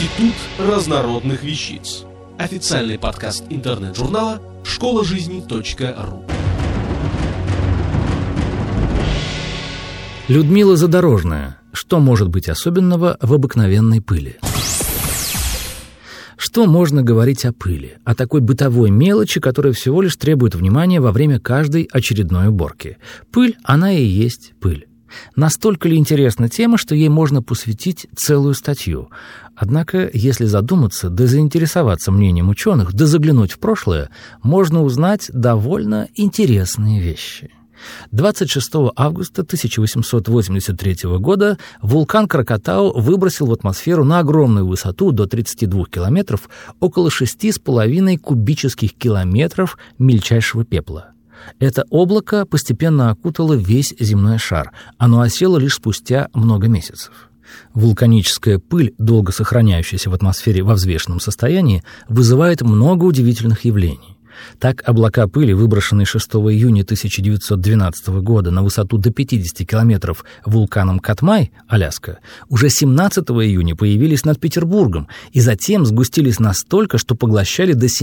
Институт разнородных вещиц. Официальный подкаст интернет-журнала школажизни.ру. Людмила Задорожная. Что может быть особенного в обыкновенной пыли? Что можно говорить о пыли? О такой бытовой мелочи, которая всего лишь требует внимания во время каждой очередной уборки. Пыль, она и есть пыль. Настолько ли интересна тема, что ей можно посвятить целую статью? Однако, если задуматься, да заинтересоваться мнением ученых, да заглянуть в прошлое, можно узнать довольно интересные вещи. 26 августа 1883 года вулкан Кракатау выбросил в атмосферу на огромную высоту до 32 километров около 6,5 кубических километров мельчайшего пепла. Это облако постепенно окутало весь земной шар. Оно осело лишь спустя много месяцев. Вулканическая пыль, долго сохраняющаяся в атмосфере во взвешенном состоянии, вызывает много удивительных явлений. Так, облака пыли, выброшенные 6 июня 1912 года на высоту до 50 километров вулканом Катмай, Аляска, уже 17 июня появились над Петербургом и затем сгустились настолько, что поглощали до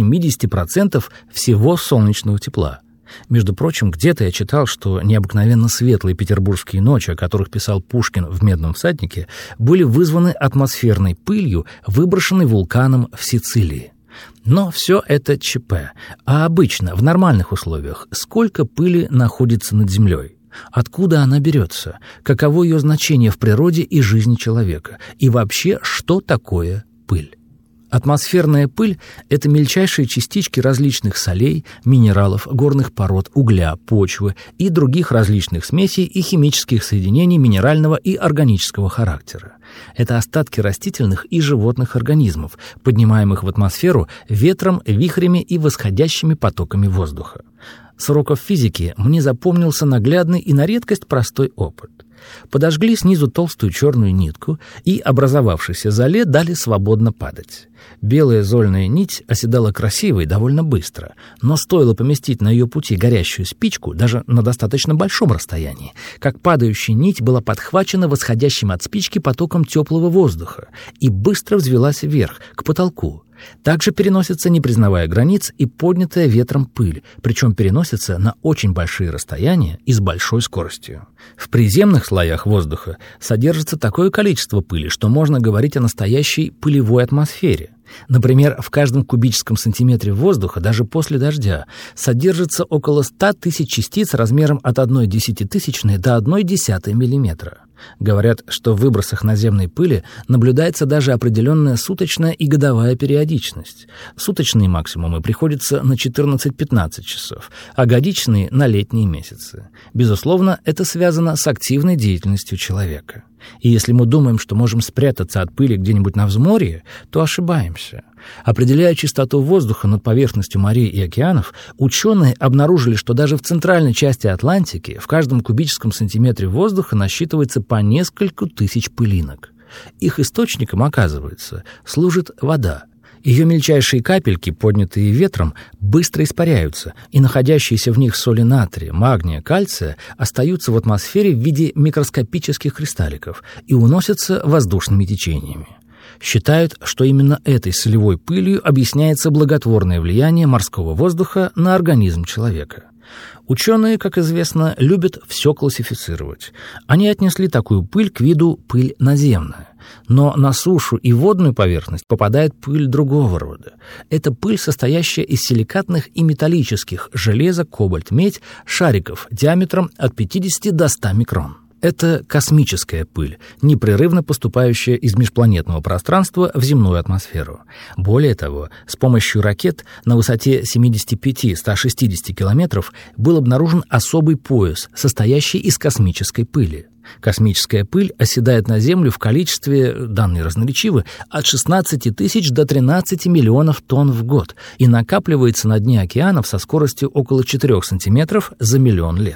70% всего солнечного тепла. Между прочим, где-то я читал, что необыкновенно светлые петербургские ночи, о которых писал Пушкин в «Медном всаднике», были вызваны атмосферной пылью, выброшенной вулканом в Сицилии. Но все это ЧП. А обычно, в нормальных условиях, сколько пыли находится над землей? Откуда она берется? Каково ее значение в природе и жизни человека? И вообще, что такое пыль? Атмосферная пыль – это мельчайшие частички различных солей, минералов, горных пород, угля, почвы и других различных смесей и химических соединений минерального и органического характера. Это остатки растительных и животных организмов, поднимаемых в атмосферу ветром, вихрями и восходящими потоками воздуха. С уроков физики мне запомнился наглядный и на редкость простой опыт. Подожгли снизу толстую черную нитку, и образовавшейся золе дали свободно падать. Белая зольная нить оседала красиво и довольно быстро, но стоило поместить на ее пути горящую спичку, даже на достаточно большом расстоянии, как падающая нить была подхвачена восходящим от спички потоком теплого воздуха и быстро взвелась вверх, к потолку. Также переносится, не признавая границ, и поднятая ветром пыль, причем переносится на очень большие расстояния и с большой скоростью. В приземных слоях воздуха содержится такое количество пыли, что можно говорить о настоящей пылевой атмосфере. Например, в каждом кубическом сантиметре воздуха, даже после дождя, содержится около 100 тысяч частиц размером от 0,1 до 0,1 миллиметра. Говорят, что в выбросах наземной пыли наблюдается даже определенная суточная и годовая периодичность. Суточные максимумы приходятся на 14-15 часов, а годичные — на летние месяцы. Безусловно, это связано с активной деятельностью человека. И если мы думаем, что можем спрятаться от пыли где-нибудь на взморье, то ошибаемся. Определяя чистоту воздуха над поверхностью морей и океанов, ученые обнаружили, что даже в центральной части Атлантики в каждом кубическом сантиметре воздуха насчитывается по несколько тысяч пылинок. Их источником, оказывается, служит вода. Ее мельчайшие капельки, поднятые ветром, быстро испаряются, и находящиеся в них соли натрия, магния, кальция остаются в атмосфере в виде микроскопических кристалликов и уносятся воздушными течениями. Считают, что именно этой солевой пылью объясняется благотворное влияние морского воздуха на организм человека. Ученые, как известно, любят все классифицировать. Они отнесли такую пыль к виду пыль наземная. Но на сушу и водную поверхность попадает пыль другого рода. Это пыль, состоящая из силикатных и металлических железо, кобальт, медь, шариков диаметром от 50 до 100 микрон. Это космическая пыль, непрерывно поступающая из межпланетного пространства в земную атмосферу. Более того, с помощью ракет на высоте 75-160 километров был обнаружен особый пояс, состоящий из космической пыли. Космическая пыль оседает на Землю в количестве, данные разноречивы, от 16 тысяч до 13 миллионов тонн в год и накапливается на дне океанов со скоростью около 4 сантиметров за миллион лет.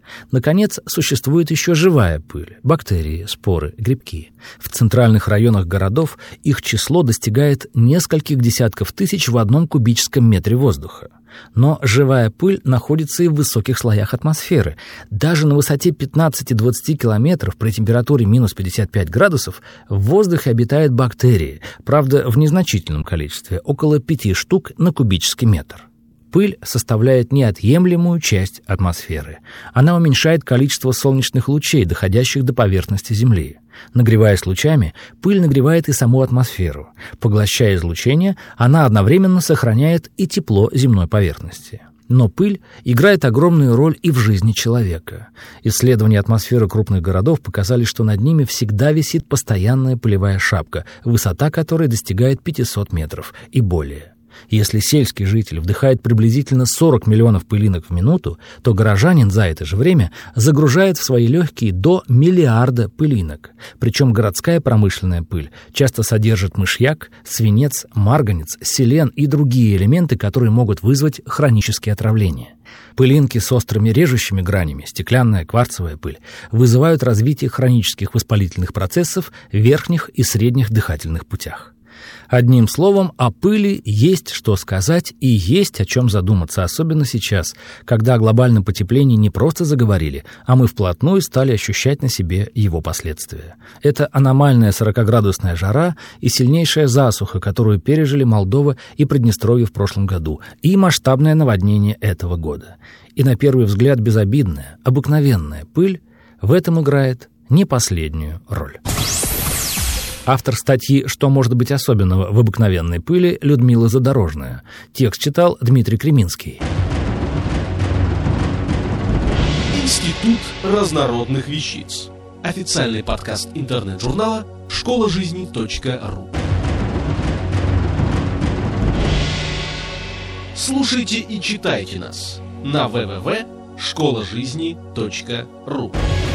Наконец, существует еще живая пыль – бактерии, споры, грибки. В центральных районах городов их число достигает нескольких десятков тысяч в 1 кубическом метре воздуха. Но живая пыль находится и в высоких слоях атмосферы. Даже на высоте 15-20 километров при температуре минус 55 градусов в воздухе обитают бактерии, правда, в незначительном количестве, около 5 штук на кубический метр. Пыль составляет неотъемлемую часть атмосферы. Она уменьшает количество солнечных лучей, доходящих до поверхности Земли. Нагреваясь лучами, пыль нагревает и саму атмосферу. Поглощая излучение, она одновременно сохраняет и тепло земной поверхности. Но пыль играет огромную роль и в жизни человека. Исследования атмосферы крупных городов показали, что над ними всегда висит постоянная пылевая шапка, высота которой достигает 500 метров и более. Если сельский житель вдыхает приблизительно 40 миллионов пылинок в минуту, то горожанин за это же время загружает в свои легкие до миллиарда пылинок. Причем городская промышленная пыль часто содержит мышьяк, свинец, марганец, селен и другие элементы, которые могут вызвать хронические отравления. Пылинки с острыми режущими гранями, стеклянная, кварцевая пыль, вызывают развитие хронических воспалительных процессов в верхних и средних дыхательных путях. Одним словом, о пыли есть что сказать и есть о чем задуматься, особенно сейчас, когда о глобальном потеплении не просто заговорили, а мы вплотную стали ощущать на себе его последствия. Это аномальная 40-градусная жара и сильнейшая засуха, которую пережили Молдова и Приднестровье в прошлом году, и масштабное наводнение этого года. И на первый взгляд безобидная, обыкновенная пыль в этом играет не последнюю роль. Автор статьи «Что может быть особенного в обыкновенной пыли» Людмила Задорожная. Текст читал Дмитрий Креминский. Институт разнородных вещиц. Официальный подкаст интернет-журнала школажизни.ру. Слушайте и читайте нас на www.школажизни.ру.